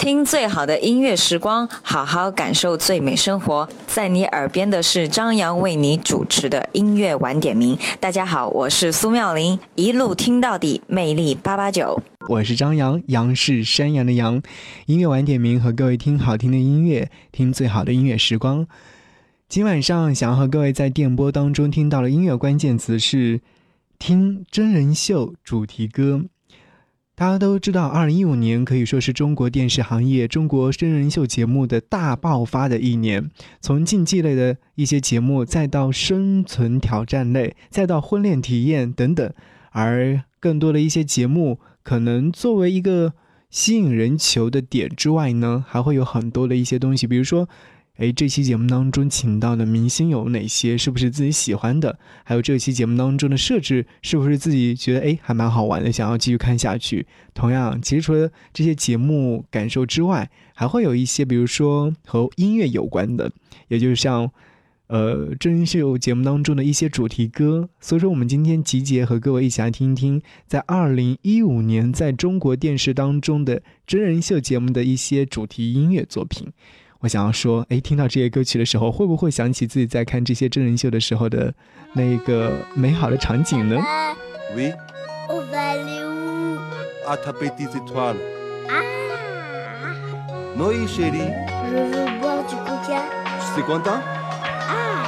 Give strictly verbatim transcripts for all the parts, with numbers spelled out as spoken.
听最好的音乐时光，好好感受最美生活。在你耳边的是张扬为你主持的音乐晚点名。大家好，我是苏妙玲，一路听到底，魅力八八九。 我是张扬，杨是山羊的羊。音乐晚点名，和各位听好听的音乐，听最好的音乐时光。今晚上想要和各位在电波当中听到的音乐关键词是听真人秀主题歌。大家都知道二零一五年可以说是中国电视行业中国真人秀节目的大爆发的一年，从竞技类的一些节目，再到生存挑战类，再到婚恋体验等等，而更多的一些节目可能作为一个吸引人球的点之外呢，还会有很多的一些东西，比如说诶，这期节目当中请到的明星有哪些，是不是自己喜欢的，还有这期节目当中的设置是不是自己觉得诶还蛮好玩的，想要继续看下去。同样其实除了这些节目感受之外，还会有一些比如说和音乐有关的，也就是像呃真人秀节目当中的一些主题歌。所以说我们今天集结和各位一起来听一听在二零一五年在中国电视当中的真人秀节目的一些主题音乐作品。我想要说，诶，听到这些歌曲的时候，会不会想起自己在看这些真人秀的时候的那个美好的场景呢？ Oui. On va aller où? À taper tes étoiles. Ah. Oui, chérie. Je veux boire du coca. Je suis content. Ah.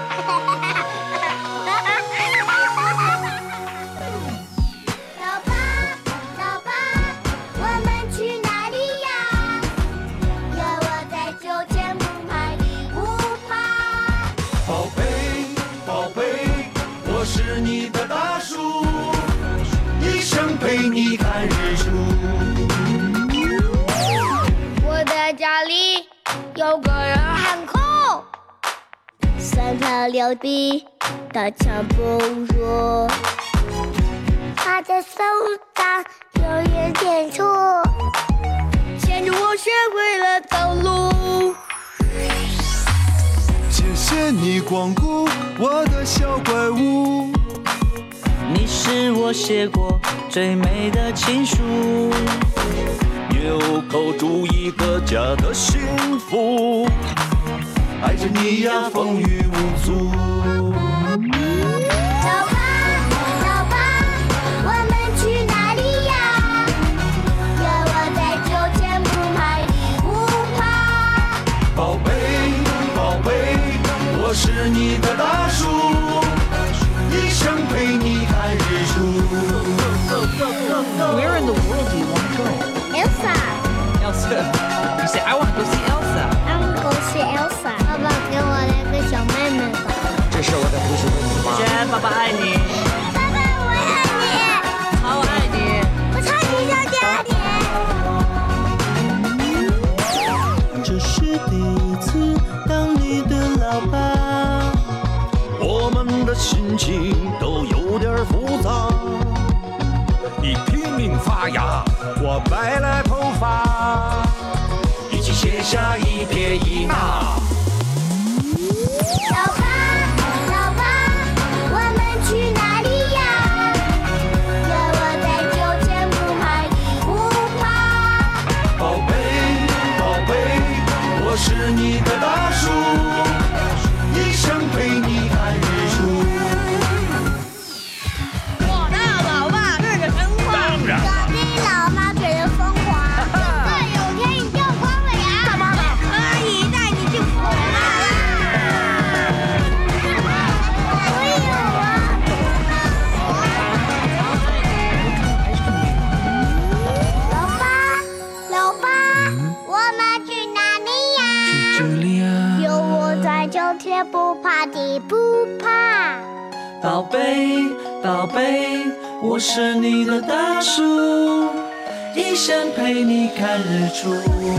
老爸，老爸，我们去哪里呀？有我在就千不怕地不怕。 宝贝，宝贝，我是你的大树，一生陪你看日出。 我的家里有个人很酷，三头六臂，大枪不入，他的手上有点点粗，牵着我学会了走路。 谢谢你光顾我的小怪物， 你是我写过最美的情书， 纽扣住一个家的幸福，爱着你呀风雨无阻。 老爸，老爸，我们去哪里呀？有我在就千不怕地不怕。 宝贝，宝贝，我是你的大树，一生陪你看日出。 Where in the world do you want to go? Elsa， Elsa. You say I want to go see Elsa. I want to go see Elsa。爸爸给我来个小妹妹吧。 这是我的不是问题吗？娟，爸爸爱你。 爸爸，我爱你。 好爱你。 我超级超级爱你。这是第一次当你的老爸， 我们的心情都有点复杂。你拼命发芽，我白了头发，一起写下一撇一捺。 老爸，老爸，我们去哪里呀？有我在就千不怕地不怕。 宝贝，宝贝，我是你的大树，一生陪你看日出。 我的老爸是个疯狂， 当然我的老妈觉得疯狂。就算有天你掉光了牙，干嘛呢？可以带你去火辣啦。我有啊。老爸，老爸，我们去哪里呀？ 去这里啊。 有我在，就天不怕地不怕。 宝贝，宝贝，我是你的大树，一生陪你看日出。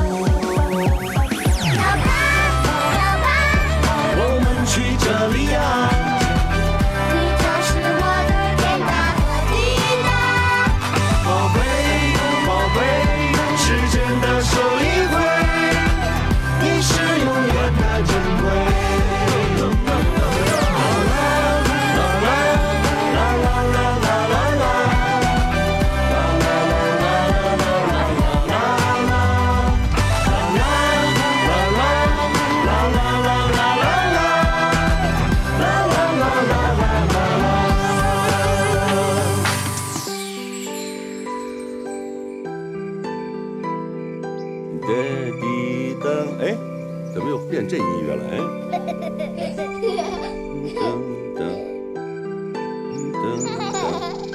老爸，老爸， 我们去这里呀， 你就是我的天大和地大。 宝贝，宝贝，时间的手一挥，你是永远的珍贵。 的滴噔，哎，怎么又变这音乐了？哎，噔噔噔噔。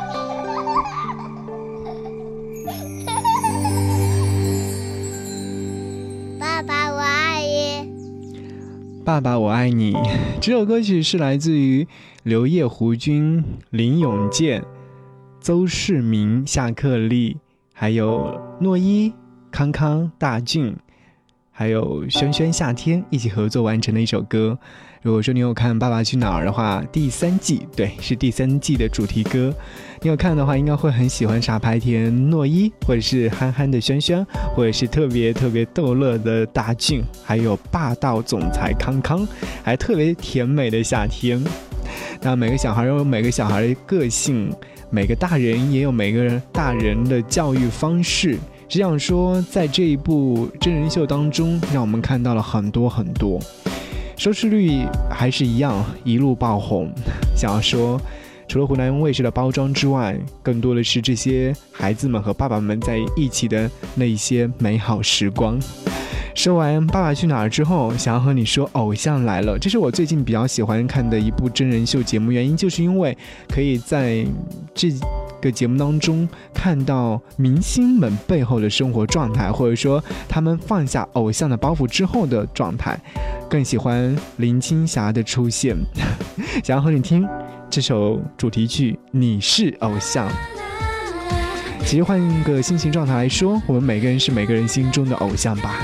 爸爸，我爱你。 爸爸，我爱你。这首歌曲是来自于刘烨、胡军、林永健、邹市明、夏克立，还有诺一、康康、大俊，还有轩轩、夏天一起合作完成的一首歌。如果说你有看《爸爸去哪儿》的话，第三季，对，是第三季的主题歌。你有看的话，应该会很喜欢傻白甜诺一，或者是憨憨的轩轩，或者是特别特别逗乐的大俊，还有霸道总裁康康，还特别甜美的夏天。那每个小孩有每个小孩的个性，每个大人也有每个大人的教育方式。只想说，在这一部真人秀当中，让我们看到了很多很多，收视率还是一样一路爆红。想要说，除了湖南卫视的包装之外，更多的是这些孩子们和爸爸们在一起的那一些美好时光。说完《爸爸去哪儿》之后，想要和你说《偶像来了》，这是我最近比较喜欢看的一部真人秀节目，原因就是因为可以在这个节目当中看到明星们背后的生活状态，或者说他们放下偶像的包袱之后的状态。更喜欢林青霞的出现，想要和你听这首主题曲《你是偶像》。其实换一个心情状态来说，我们每个人是每个人心中的偶像吧。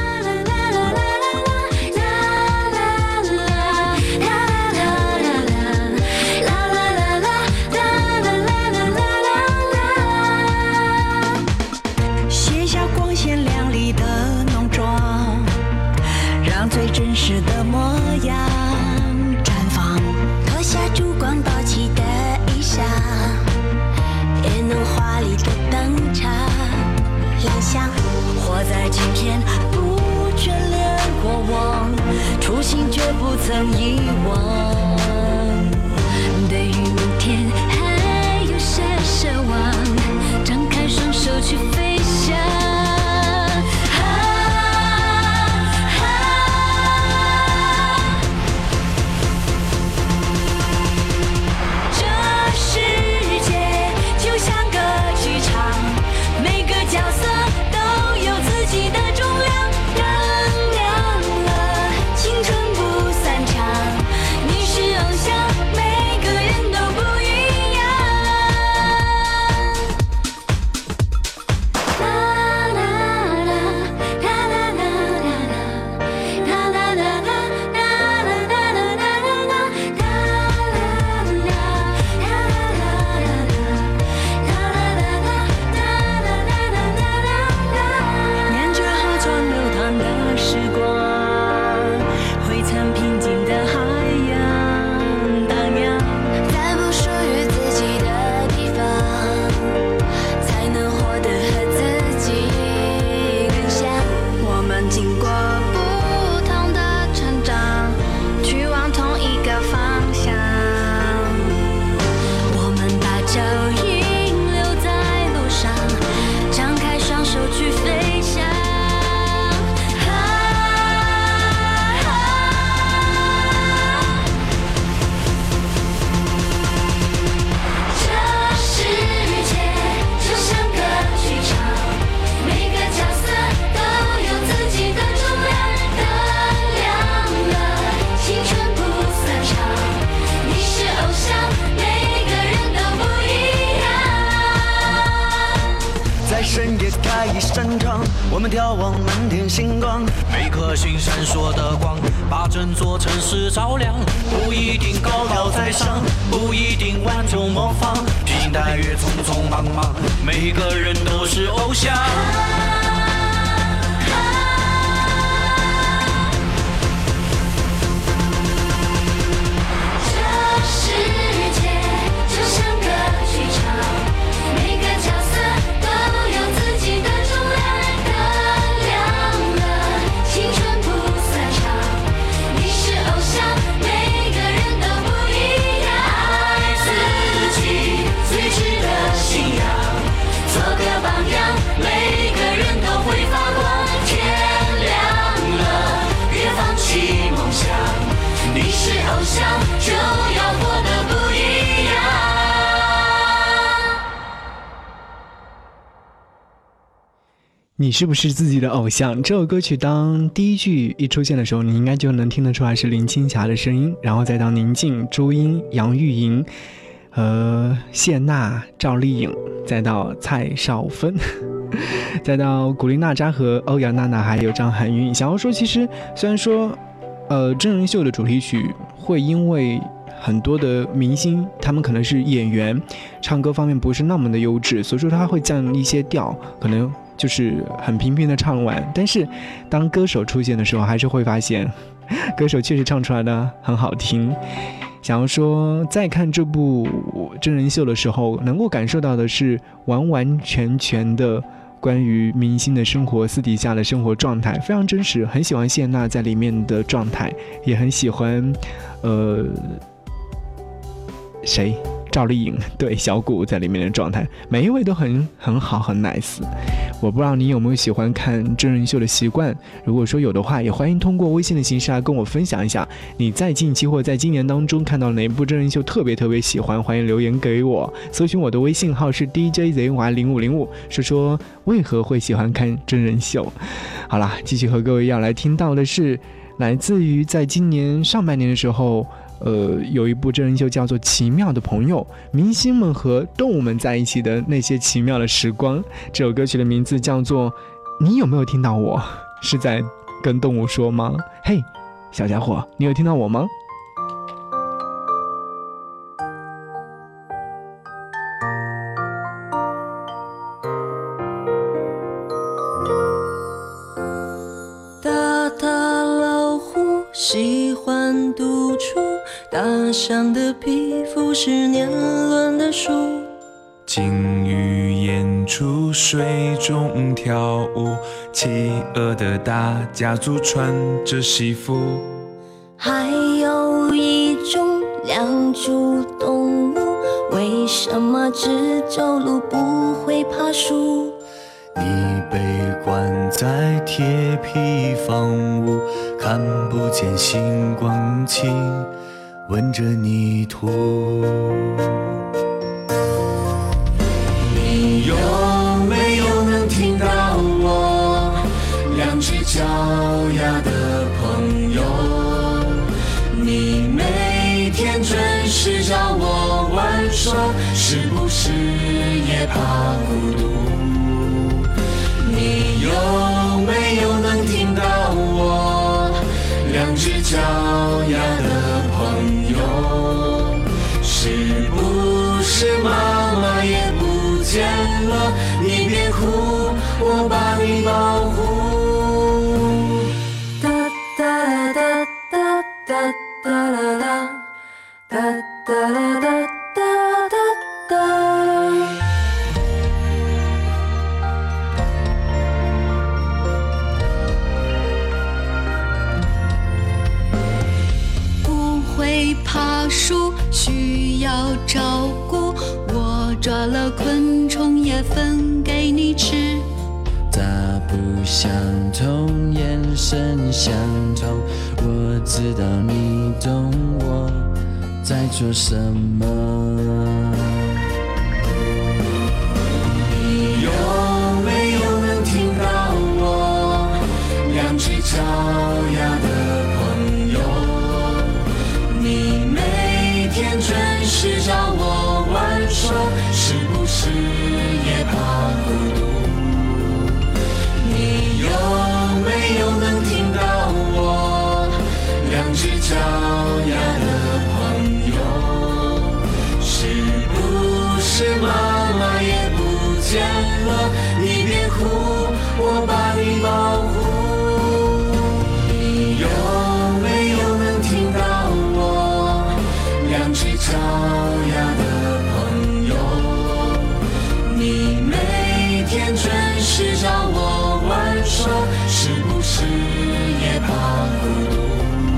最真实的模样绽放，脱下烛光宝气的衣裳，也能华丽的登场亮相。活在今天，不眷恋过往，初心绝不曾遗忘。对于明天，还有些奢望，张开双手去飞翔。 我们眺望满天星光，每颗星闪烁的光，把整座城市照亮。不一定高高在上，不一定万众模仿，披星戴月，匆匆忙忙，每个人都是偶像。 最值得信仰，做个榜样，每个人都你是不是自己的偶像？这首歌曲当第一句一出现的时候，你应该就能听得出来是林青霞的声音，然后再到宁静、朱茵、杨钰莹和谢娜、赵丽颖，再到蔡少芬再到古力娜扎和欧阳娜娜还有张含韵。想要说，其实虽然说呃，真人秀的主题曲会因为很多的明星他们可能是演员，唱歌方面不是那么的优质，所以说他会降一些调，可能就是很平平的唱完，但是当歌手出现的时候，还是会发现歌手确实唱出来的很好听。想要说在看这部真人秀的时候，能够感受到的是完完全全的关于明星的生活，私底下的生活状态非常真实，很喜欢谢娜在里面的状态，也很喜欢呃谁赵丽颖，对，小谷在里面的状态，每一位都很很好，很 nice。 我不知道你有没有喜欢看真人秀的习惯，如果说有的话，也欢迎通过微信的形式来跟我分享一下你在近期或在今年当中看到哪一部真人秀特别特别喜欢，欢迎留言给我，搜寻我的微信号是 D J Z Y 零五零五，说说为何会喜欢看真人秀。好啦，继续和各位要来听到的是来自于在今年上半年的时候呃，有一部真人秀叫做《奇妙的朋友》，明星们和动物们在一起的那些奇妙的时光。这首歌曲的名字叫做《你有没有听到我》，是在跟动物说吗？嘿，小家伙，你有听到我吗？ 大大老虎喜欢独处，大象的皮肤是年轮的树， 鲸鱼演出水中跳舞，企鹅的大家族穿着西服， 还有一种两足动物，为什么只走路不会爬树？ 你被关在铁皮房屋，看不见星光晴，闻着泥土。 你有没有能听到我两只脚丫的朋友？你每天准时找我玩耍，是不是也怕孤独？你有没有能听到我两只脚丫的朋友？是不是妈妈也不见了？你别哭，我把你保护。 哒哒哒哒哒哒啦啦，哒哒啦哒哒哒哒。 爬树需要照顾，我抓了昆虫也分给你吃。 大不相同，眼神相同，我知道你懂我在做什么。 你有没有能听到我两只脚丫的朋友？你每天准时找我玩耍，是不是也怕孤独？你有没有能听到我两只脚丫的朋友？是不是妈妈也不见了？你别哭，我把你保护。你有没有能听到我两只脚丫的朋友？你每天准时找我玩耍，是不是也怕孤独？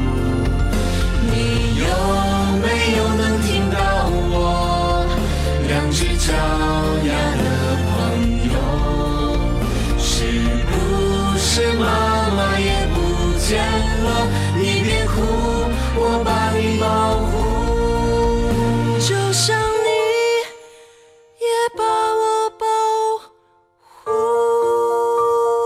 你有没有能听到我两只脚丫的朋友？是不是妈妈也不见了？你别哭，我把你保护。 就像你也把我保护。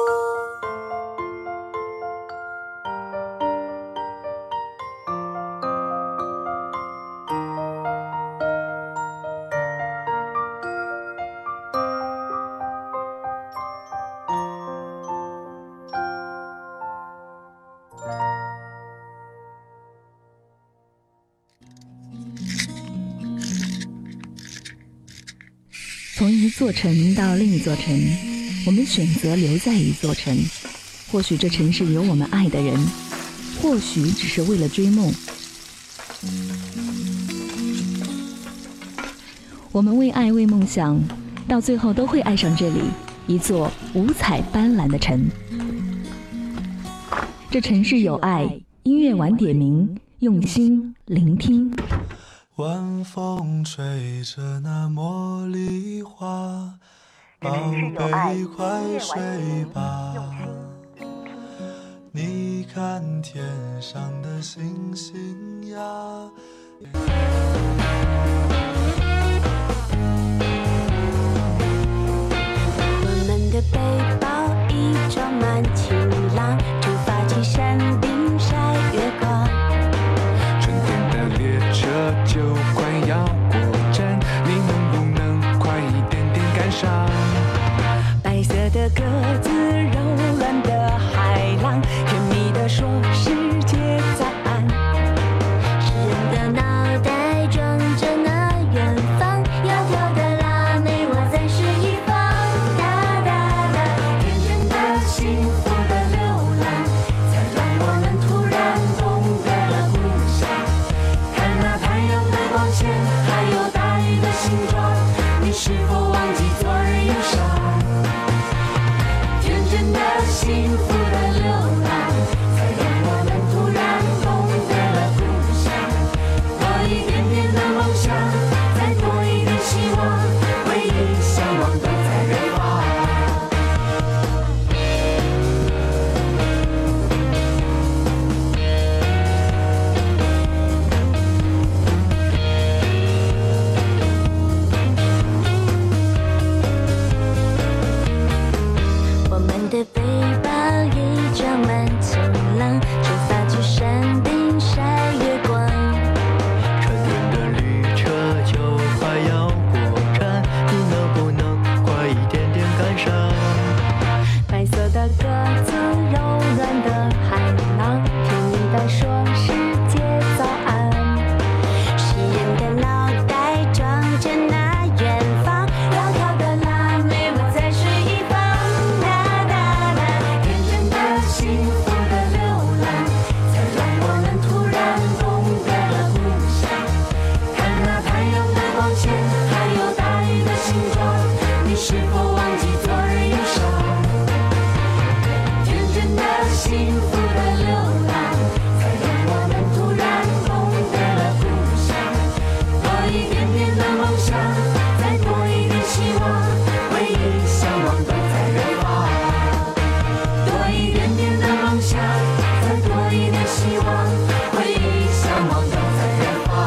一座城到另一座城，我们选择留在一座城。或许这城市有我们爱的人，或许只是为了追梦。我们为爱为梦想，到最后都会爱上这里，一座五彩斑斓的城。这城市有爱，音乐晚点名，用心聆听。 晚风吹着那茉莉花，宝贝快睡吧，你看天上的星星呀。 我们的背包已装满晴朗，出发去山顶晒月光。 春天的列车就快要过站，你能不能快一点点赶上？ 白色的鸽子，柔软的海浪，甜蜜地说世界早安。诗人的脑袋装着那远方，窈窕的腊梅我在诗一方。哒哒哒，天真的幸福的流浪，才让我们突然懂得了故乡。看那太阳的光线，还有大雨的形状，你是否忘记昨日忧伤？幸福的流浪，才让我们突然懂得了故乡。多一点点的梦想，再多一点希望，唯一向往都在远方。我们的背包已装满晴朗，出发去山顶晒月光。 春天的旅车就快要过站，你能不能快一点点赶上？ 白色的鸽子，柔软的海浪，甜蜜地说世界早安。诗人的脑袋装着那远方，窈窕的腊梅我在诗一方。幸福的流浪，才让我们突然懂得了故乡。看那太阳的光线，还有大雨的形状，你是否忘记昨日忧伤？天真的幸福的流浪，才让我们突然懂得了故乡。多一点点的梦想，再多一点希望，唯一向往都在远方。多一点点的梦想，再多一点希望，唯一向往都在远方。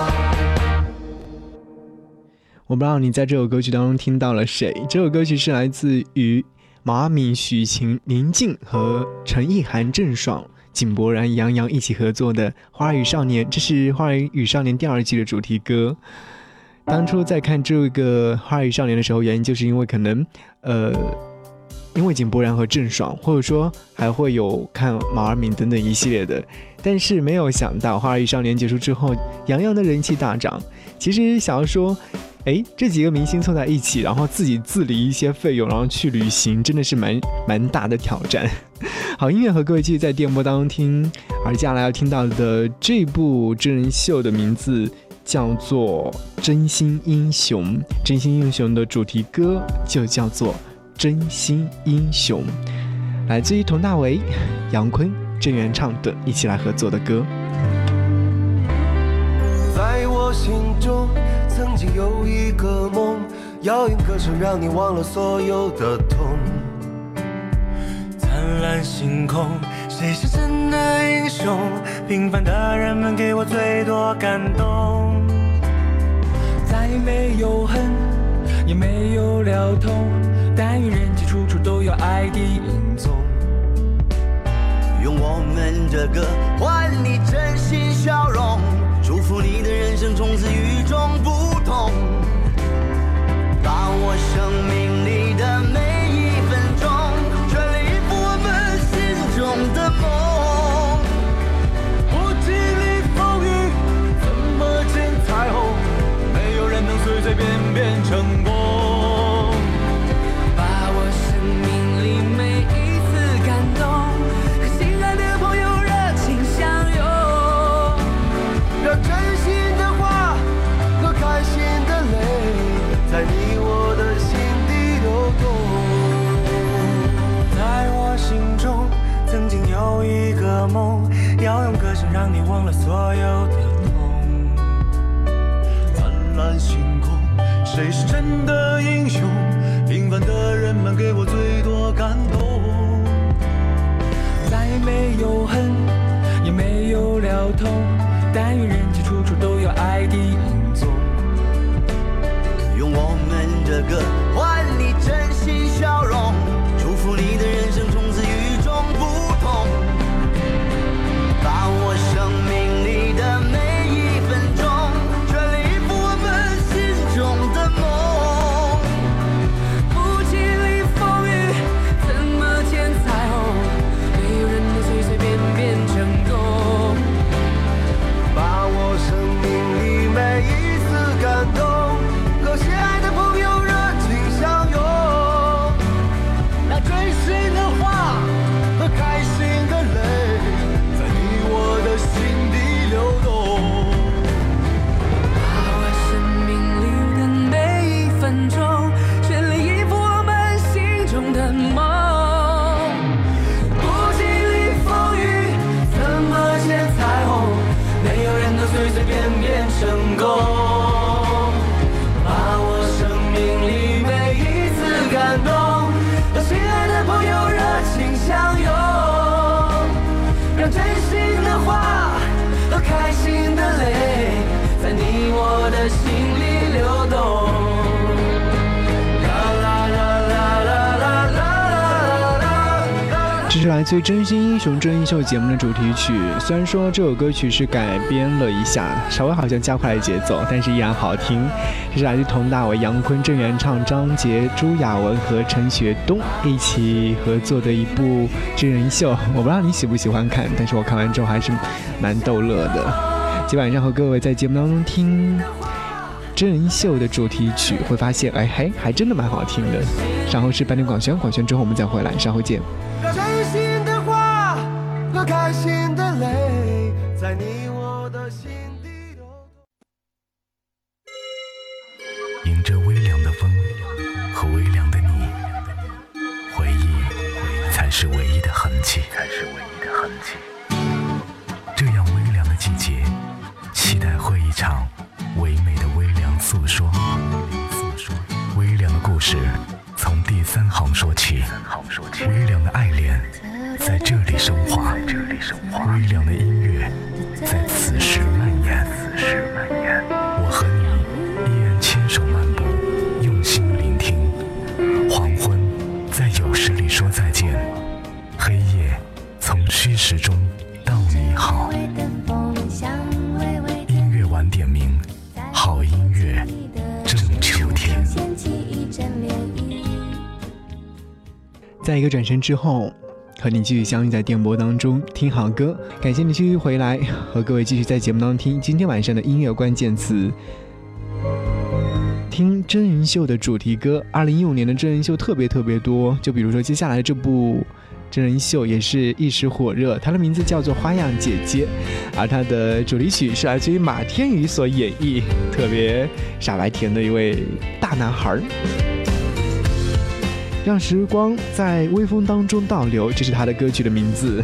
我不知道你在这首歌曲当中听到了谁，这首歌曲是来自于毛阿敏、许晴、宁静和陈意涵、郑爽、井柏然、杨洋一起合作的《花儿与少年》，这是《花儿与少年》第二季的主题歌。当初在看这个《花儿与少年》的时候，原因就是因为可能呃因为井柏然和郑爽，或者说还会有看毛阿敏等等一系列的，但是没有想到《花儿与少年》结束之后，杨洋的人气大涨。其实想要说，哎，这几个明星凑在一起，然后自己自理一些费用，然后去旅行，真的是蛮蛮大的挑战。好，音乐和各位继续在电波当中听，而接下来要听到的这部真人秀的名字叫做《真心英雄》，真心英雄的主题歌就叫做真心英雄，来自于佟大为、杨坤、郑元畅等一起来合作的歌。 在我心中曾经有一个梦，遥远歌声让你忘了所有的痛。 灿烂星空，谁是真的英雄？平凡的人们给我最多感动。再没有恨，也没有了痛，但愿人间处处都有爱的影踪。 用我们的歌换你真心笑容，祝福你的人生从此与众不同。把我生命里的每一分钟，全力以赴我们心中的梦。 不经历风雨，怎么见彩虹？没有人能随随便便成功。 的梦，要用歌声让你忘了所有的痛。 蓝蓝星空，谁是真的英雄？平凡的人们给我最多感动。 再没有恨，也没有了痛，但愿人间处处都有爱的影踪。 用我们的歌换你真心笑容，祝福你的人生从此与众不同。把我生命里的每一分钟，全力以赴我们心中的梦。 不经历风雨，怎么见彩虹？没有人能随随便便成功。 把我生命里每一丝感动，和心爱的朋友热情相拥，让真心的话和开心的泪，在你我的心底流动。 把我生命里的每一分钟，全力以赴我们心中的梦。不经历风雨，怎么见彩虹？没有人能随随便便成功。把我生命里每一次感动，和心爱的朋友热情相拥，让真心的话和开心的泪，在你我的心里流动。 这是来自于《真心英雄真人秀》节目的主题曲。虽然说这首歌曲是改编了一下，稍微好像加快了节奏，但是依然好听。这是来自佟大为、杨坤、郑元畅、张杰、朱亚文和陈学冬一起合作的一部真人秀。我不知道你喜不喜欢看，但是我看完之后还是蛮逗乐的。今晚上和各位在节目当中听真人秀的主题曲，会发现哎嘿，还真的蛮好听的。稍后是半点广宣，广宣之后我们再回来，稍后见。 让真心的话和开心的泪，在你我的心底流动。迎着微凉的风和微凉的你，回忆才是唯一的痕迹，才是唯一的痕迹。这样微凉的季节，期待会一场唯美的微凉诉说。微凉的故事从第三行说起，微凉的爱恋在这里升华，微凉的音乐在此时蔓延。我和你依然牵手漫步，用心聆听。黄昏在有时里说再见，黑夜从虚实中道你好。音乐晚点名，好音乐正秋天。 在一个转身之后，和你继续相遇在电波当中听好歌。感谢你继续回来，和各位继续在节目当中听今天晚上的音乐关键词，听真人秀的主题歌。二零一五年的真人秀特别特别多，就比如说接下来这部真人秀也是一时火热，它的名字叫做《花样姐姐》，而它的主题曲是来自于马天宇所演绎，特别傻白甜的一位大男孩。让时光在微风当中倒流，这是他的歌曲的名字。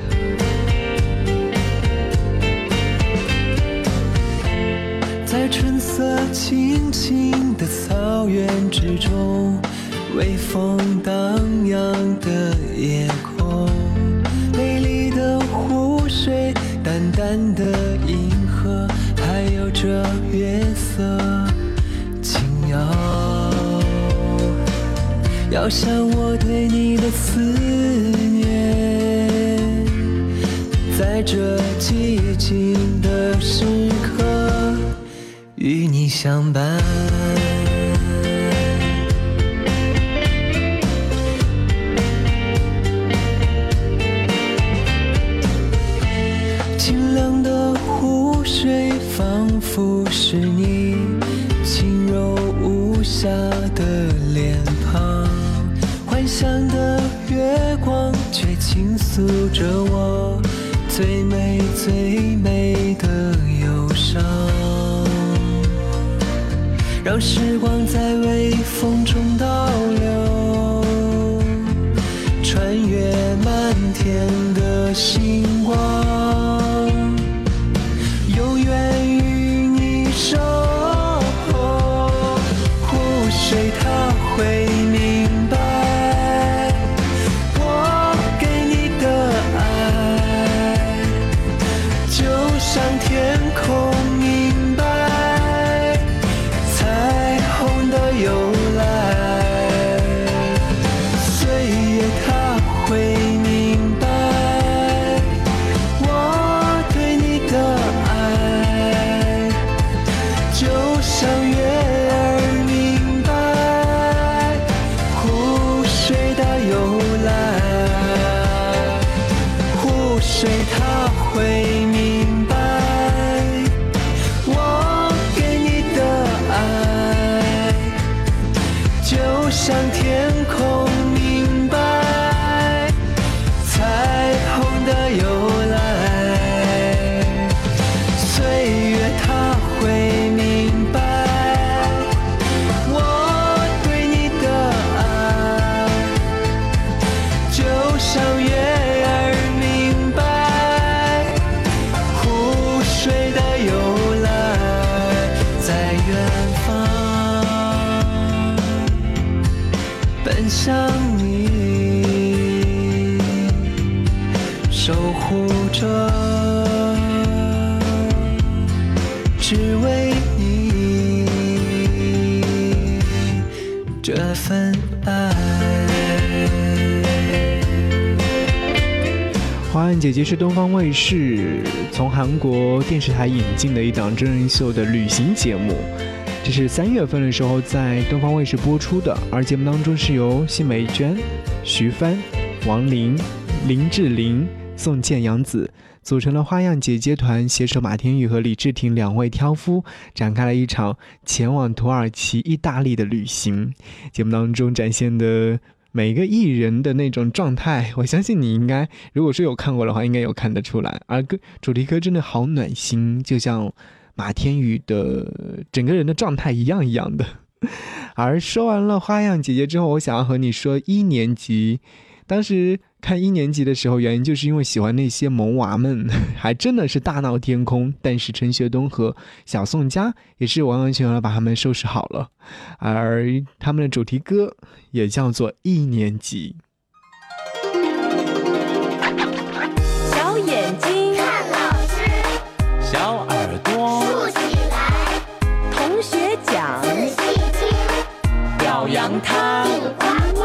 在春色青青的草原之中，微风荡漾的夜空，美丽的湖水，淡淡的银河，还有这月色轻摇。要想我对你的思念，在这寂静的时刻与你相伴。清凉的湖水仿佛是你轻柔无瑕的脸庞，幻想的月光却倾诉着我最美最美的忧伤。让时光在微风中倒流，穿越漫天的星光。 水它会明白，我给你的爱，就像天空明白彩虹的由来，岁月它会明白，我对你的爱，就像月儿明白湖水的由来，在远方奔向你，守护着，只为你这份爱。 花样姐姐是东方卫视从韩国电视台引进的一档真人秀的旅行节目，这是三月份的时候在东方卫视播出的，而节目当中是由奚美娟、徐帆、王琳、林志玲、宋健阳子组成了花样姐姐团，携手马天宇和李治廷两位挑夫，展开了一场前往土耳其、意大利的旅行。节目当中展现的每一个艺人的那种状态，我相信你应该，如果是有看过的话，应该有看得出来。而歌主题歌真的好暖心，就像马天宇的整个人的状态一样一样的。而说完了花样姐姐之后，我想要和你说一年级。当时看一年级的时候，原因就是因为喜欢那些萌娃们，还真的是大闹天宫。但是陈学冬和小宋佳也是完完全全的把他们收拾好了，而他们的主题歌也叫做一年级。 小眼睛看老师， 小耳朵竖起来， 同学讲仔细听， 表扬他呱呱。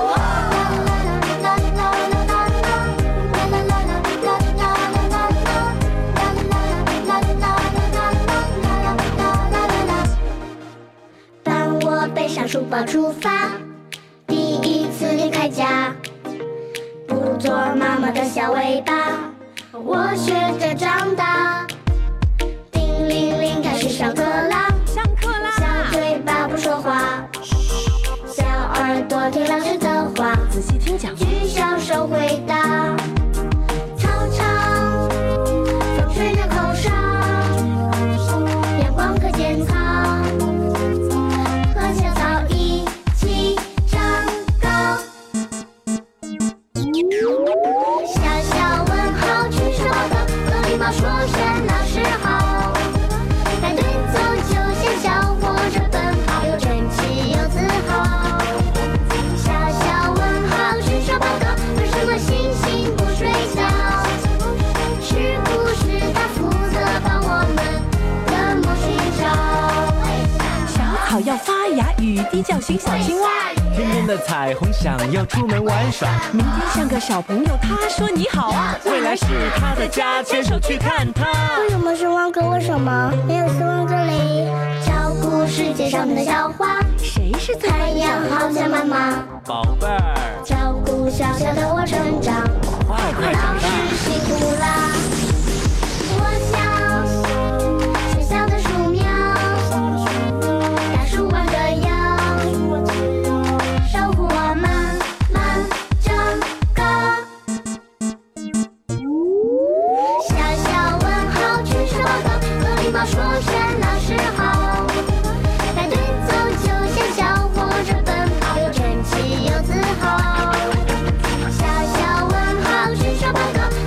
背上书包出发，第一次离开家，不做妈妈的小尾巴，我学着长大。叮铃铃，开始上课啦， 上课啦！ 小嘴巴不说话，小耳朵听老师的话， 仔细听讲， 举小手回答。操场，风吹着口哨，阳光可健康。说声老师好，排队走就像小火车奔跑，有争气有自豪。小小问号举手报告，为什么星星不睡觉？是不是他负责帮我们的梦寻找？ 小草要发芽，雨滴叫醒小青蛙。 天边的彩虹想要出门玩耍， 明天像个小朋友，他说你好啊， 未来是他的家，牵手去看他。 为什么是汪哥？为什么没有希望这里？照顾世界上的小花， 谁是太阳？好像妈妈， 宝贝儿， 照顾小小的我成长， 快快长大， 老师辛苦啦！我想学校的树苗，大树弯着腰。守护我慢慢长高，小小问号举手报告，有礼貌说声老师好，排队走就像小火车奔跑，有争气有自豪。小小问号举手报告，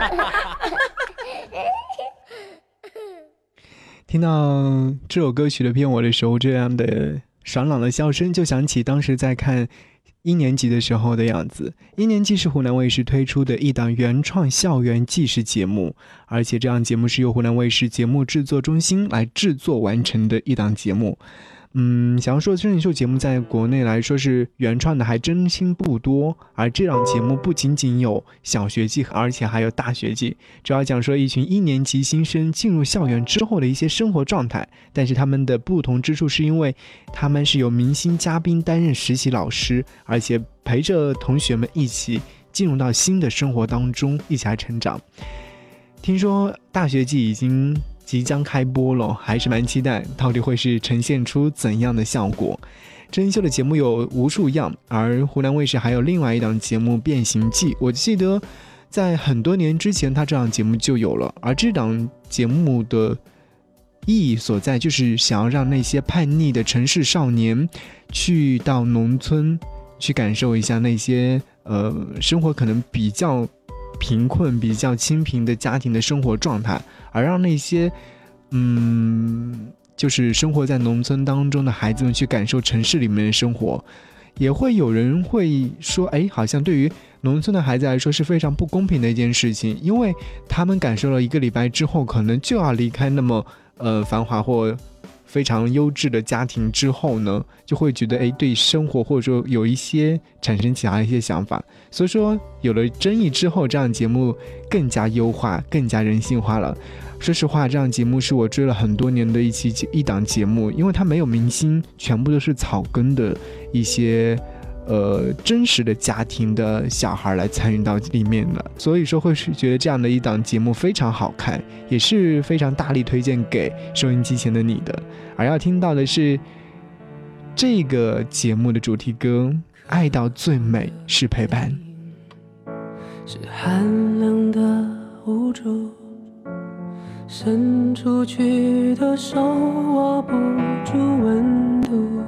听到这首歌曲的片尾的时候，这样的爽朗的笑声，就想起当时在看一年级的时候的样子。一年级是湖南卫视推出的一档原创校园纪实节目，而且这档节目是由湖南卫视节目制作中心来制作完成的一档节目。嗯，想要说真人秀节目在国内来说是原创的还真心不多，而这档节目不仅仅有小学季，而且还有大学季，主要讲说一群一年级新生进入校园之后的一些生活状态。但是他们的不同之处是因为他们是由明星嘉宾担任实习老师，而且陪着同学们一起进入到新的生活当中，一起来成长。听说大学季已经即将开播了，还是蛮期待到底会是呈现出怎样的效果。真人秀的节目有无数样，而湖南卫视还有另外一档节目《变形记》，我记得在很多年之前它这档节目就有了，而这档节目的意义所在就是想要让那些叛逆的城市少年去到农村去感受一下那些呃生活可能比较贫困比较清贫的家庭的生活状态，而让那些嗯就是生活在农村当中的孩子们去感受城市里面的生活。也会有人会说，哎，好像对于农村的孩子来说是非常不公平的一件事情，因为他们感受了一个礼拜之后可能就要离开那么呃繁华或非常优质的家庭之后呢，就会觉得哎，对生活或者说有一些产生其他的一些想法。所以说有了争议之后，这样节目更加优化更加人性化了。说实话，这样节目是我追了很多年的一期一档节目，因为它没有明星，全部都是草根的一些呃真实的家庭的小孩来参与到里面了，所以说会是觉得这样的一档节目非常好看，也是非常大力推荐给收音机前的你的。而要听到的是这个节目的主题歌《爱到最美是陪伴》， 是寒冷的无助，伸出去的手握不住温度，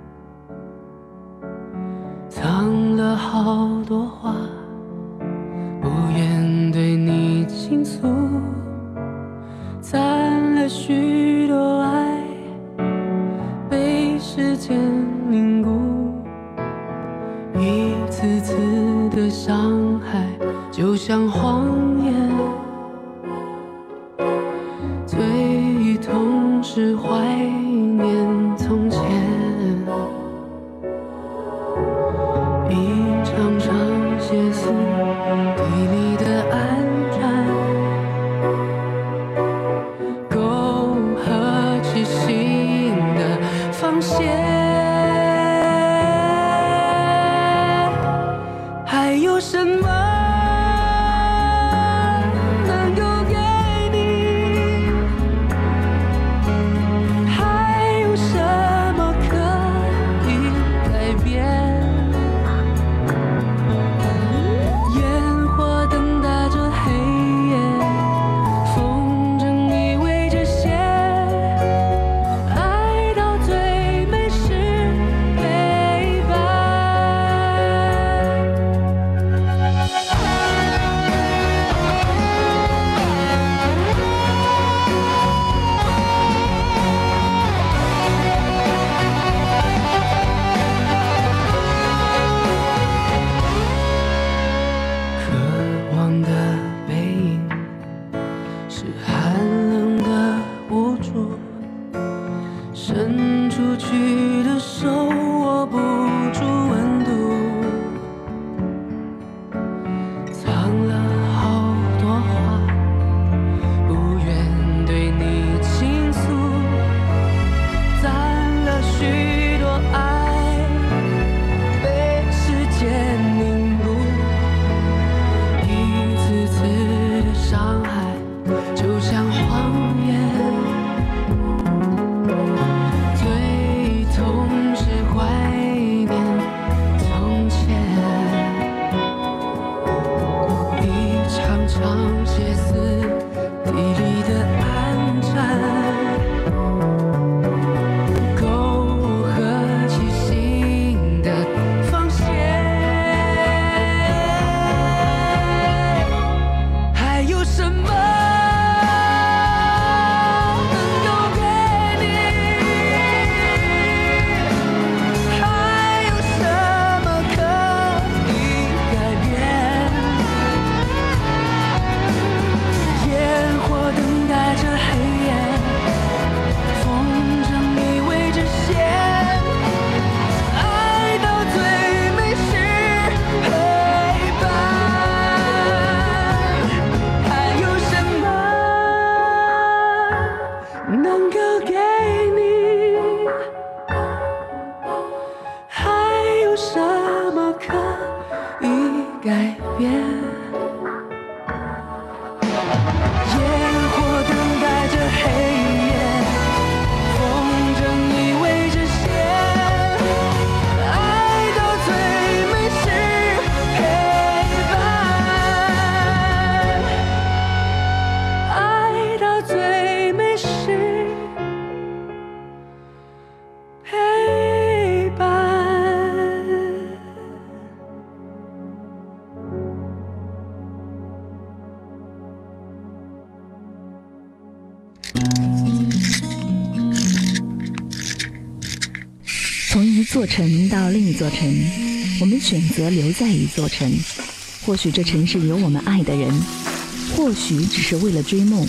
藏了好多话不愿对你倾诉，攒了许多爱被时间凝固，一次次的伤害就像谎言，最痛是怀念从前，一场场歇斯底里的安禅，沟壑起新的防线，还有什么能够给你，还有什么可以改变，烟火等待着黑夜，风筝依偎着线，爱到最美是陪伴。渴望的背影是寒冷的无助，伸出去的手握不住温度，藏了好多话不愿对你倾诉，攒了许多爱被时间凝固，一次次的伤害就像谎言，最痛是改变。烟火等待着黑夜，风筝依偎着线，爱到最美是陪伴，爱到最美是陪伴。 从一座城到另一座城，我们选择留在一座城。或许这城市有我们爱的人，或许只是为了追梦。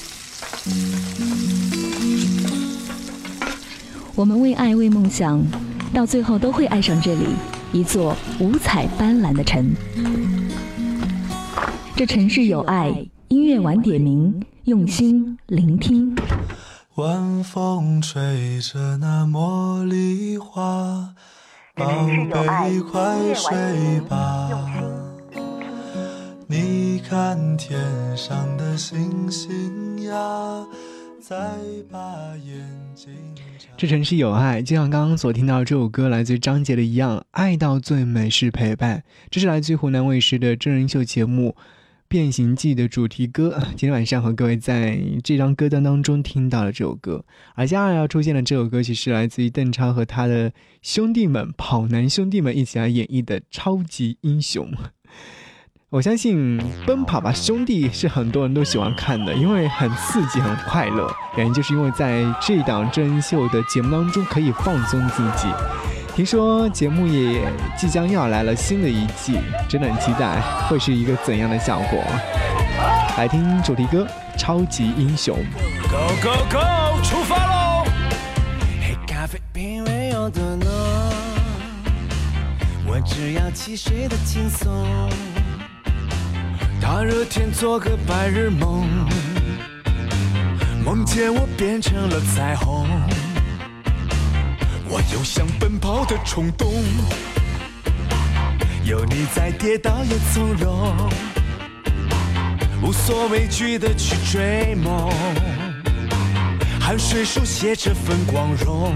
我们为爱为梦想，到最后都会爱上这里，一座五彩斑斓的城。这城市有爱，音乐晚点名，用心聆听。 晚风吹着那茉莉花，宝贝快睡吧，你看天上的星星呀，再把眼睛。 这城市有爱，就像刚刚所听到这首歌来自于张杰的一样，爱到最美是陪伴。这是来自于湖南卫视的真人秀节目变形记的主题歌，今天晚上和各位在这张歌单当中听到了这首歌。而接下来要出现的这首歌其实来自于邓超和他的兄弟们跑男兄弟们一起来演绎的超级英雄。我相信奔跑吧兄弟是很多人都喜欢看的，因为很刺激很快乐，原因就是因为在这档真人秀的节目当中可以放松自己。听说节目也即将要来了新的一季，真的很期待会是一个怎样的效果。来听主题歌超级英雄。 Go Go Go 出发喽，黑咖啡品味有多浓，我只要汽水的轻松，大热天做个白日梦，梦见我变成了彩虹，我有想奔跑的冲动，有你在跌倒也从容，无所畏惧的去追梦，汗水书写这份光荣。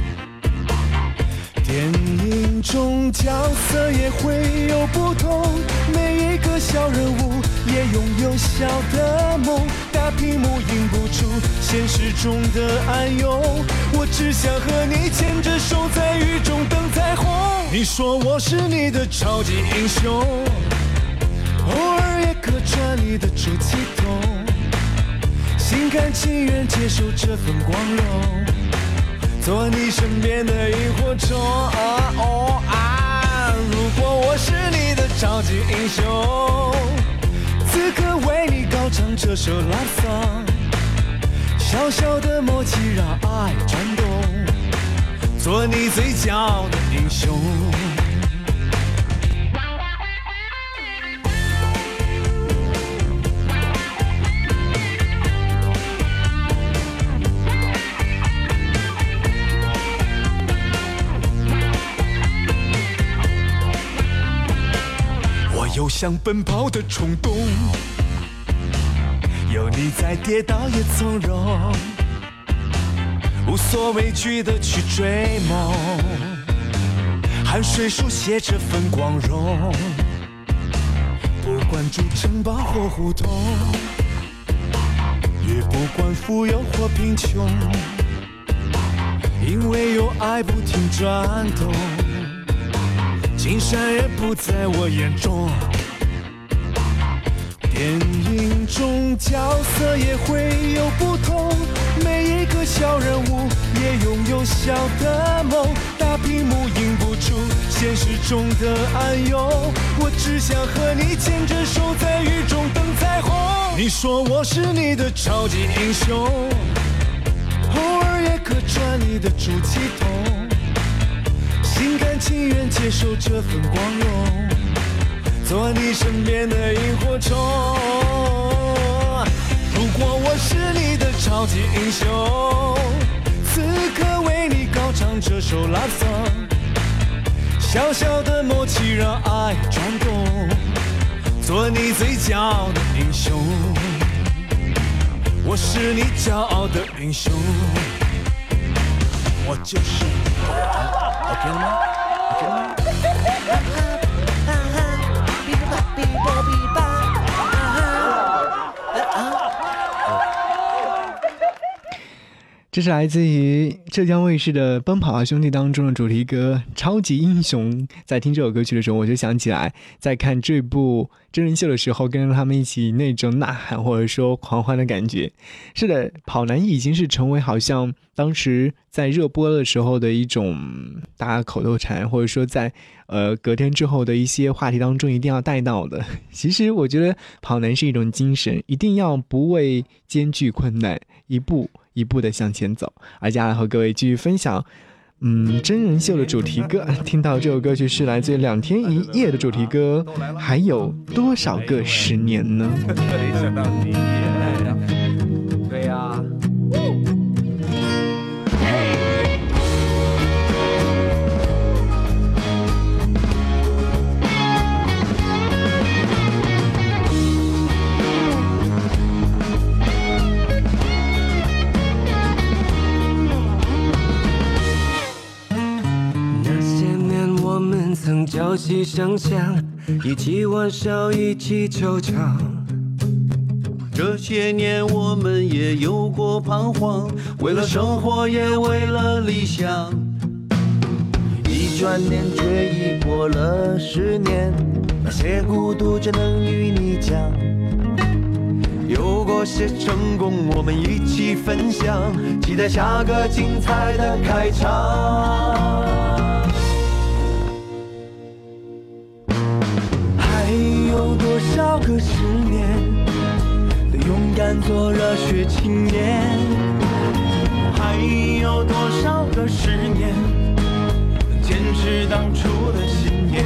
电影中角色也会有不同，每一个小人物也拥有小的梦，大屏幕映不出现实中的暗涌，我只想和你牵着手在雨中等彩虹。你说我是你的超级英雄，偶尔也客串你的出气筒，心甘情愿接受这份光荣，做你身边的萤火虫。啊哦啊！如果我是你的超级英雄，此刻为你高唱这首 love song， 小小的默契让爱转动，做你最骄傲的英雄。有想奔跑的冲动，有你在跌倒也从容，无所畏惧的去追梦，汗水书写这份光荣，不管住城堡或胡同，也不管富有或贫穷，因为有爱不停转动，金山也不在我眼中。电影中角色也会有不同，每一个小人物也拥有小的梦，大屏幕映不出现实中的暗涌，我只想和你牵着手在雨中等彩虹。你说我是你的超级英雄，偶尔也客串你的出气筒，心甘情愿接受这份光荣，做你身边的萤火虫。如果我是你的超级英雄，此刻为你高唱这首 love song， 小小的默契让爱转动，做你最骄傲的英雄，我是你骄傲的英雄，我就是OK 了吗 OK 了吗这是来自于浙江卫视的《奔跑吧兄弟》当中的主题歌《超级英雄》。在听这首歌曲的时候，我就想起来在看这部真人秀的时候，跟着他们一起那种呐喊或者说狂欢的感觉。是的，跑男已经是成为好像当时在热播的时候的一种大家口头禅，或者说在呃隔天之后的一些话题当中一定要带到的。其实我觉得跑男是一种精神，一定要不畏艰巨困难，一步一步的向前走。而接下来和各位继续分享嗯，真人秀的主题歌。听到这首歌曲是来自两天一夜的主题歌，还有多少个十年呢？ 没想到你也来了。对呀、啊。 曾朝夕相向，一起玩笑，一起惆怅。 这些年我们也有过彷徨，为了生活也为了理想。一转念却已过了十年，那些孤独只能与你讲。有过些成功，我们一起分享，期待下个精彩的开场。 多少个十年的勇敢做热血青年， 还有多少个十年能坚持当初的信念，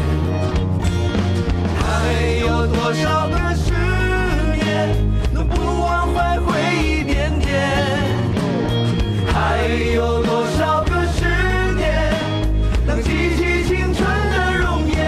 还有多少个十年能不忘怀回忆点点，还有多少个十年能记起青春的容颜。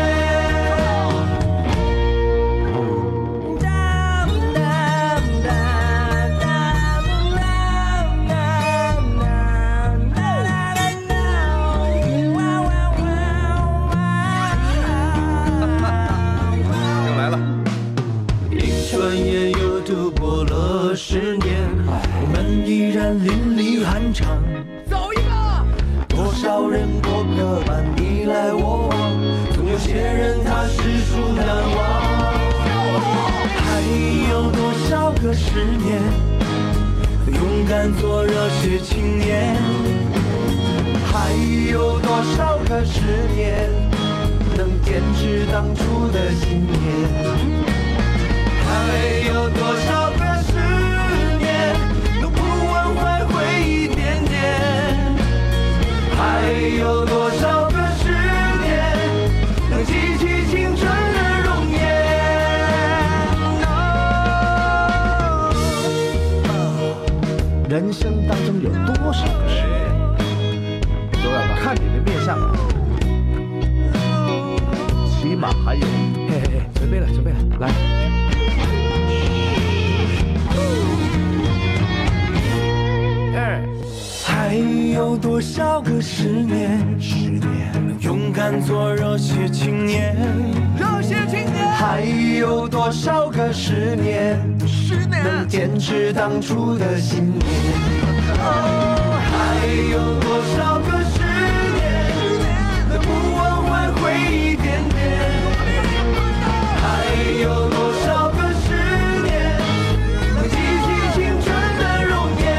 十年，我们依然淋漓酣畅。 走一个！ 多少人过客般你来我往，总有些人他世俗难忘。还有多少个十年，勇敢做热血青年？还有多少个十年，能坚持当初的信念？还有多少个十年能不忘怀回忆点点？还有多少个十年能记起青春的容颜？ 人生当中有多少个十年，都要看你的面相，起码还有。 嘿嘿嘿，准备了，准备了，来。 还有多少个十年？十年，勇敢做热血青年。 热血青年。 还有多少个十年？十年，能坚持当初的信念。哦，还有多少个十年？十年，能不忘怀回忆点点？还有多少个十年？能记起青春的容颜？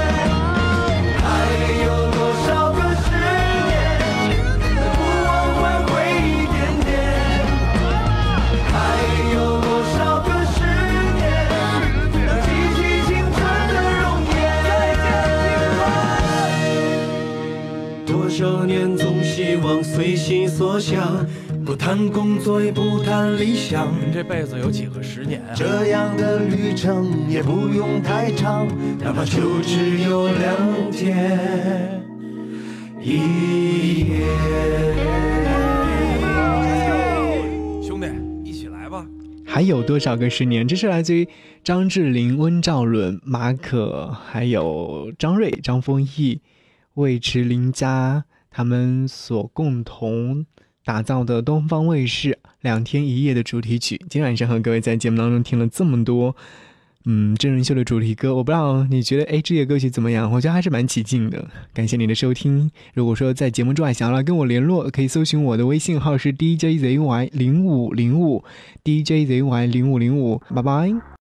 多少年总希望随心所想，不谈工作也不谈理想。 人这辈子有几个十年啊？ 这样的旅程也不用太长，哪怕就只有两天一夜。 还有多少个十年？这是来自于张智霖、温兆伦、马可，还有张睿、张丰毅、魏迟、林佳他们所共同打造的东方卫视两天一夜的主题曲。今晚上和各位在节目当中听了这么多嗯，真人秀的主题歌，我不知道你觉得哎这些歌曲怎么样？我觉得还是蛮起劲的。感谢你的收听。如果说在节目之外想要来跟我联络，可以搜寻我的微信号是 D J Z Y 零五零五 D J Z Y 零五零五，拜拜。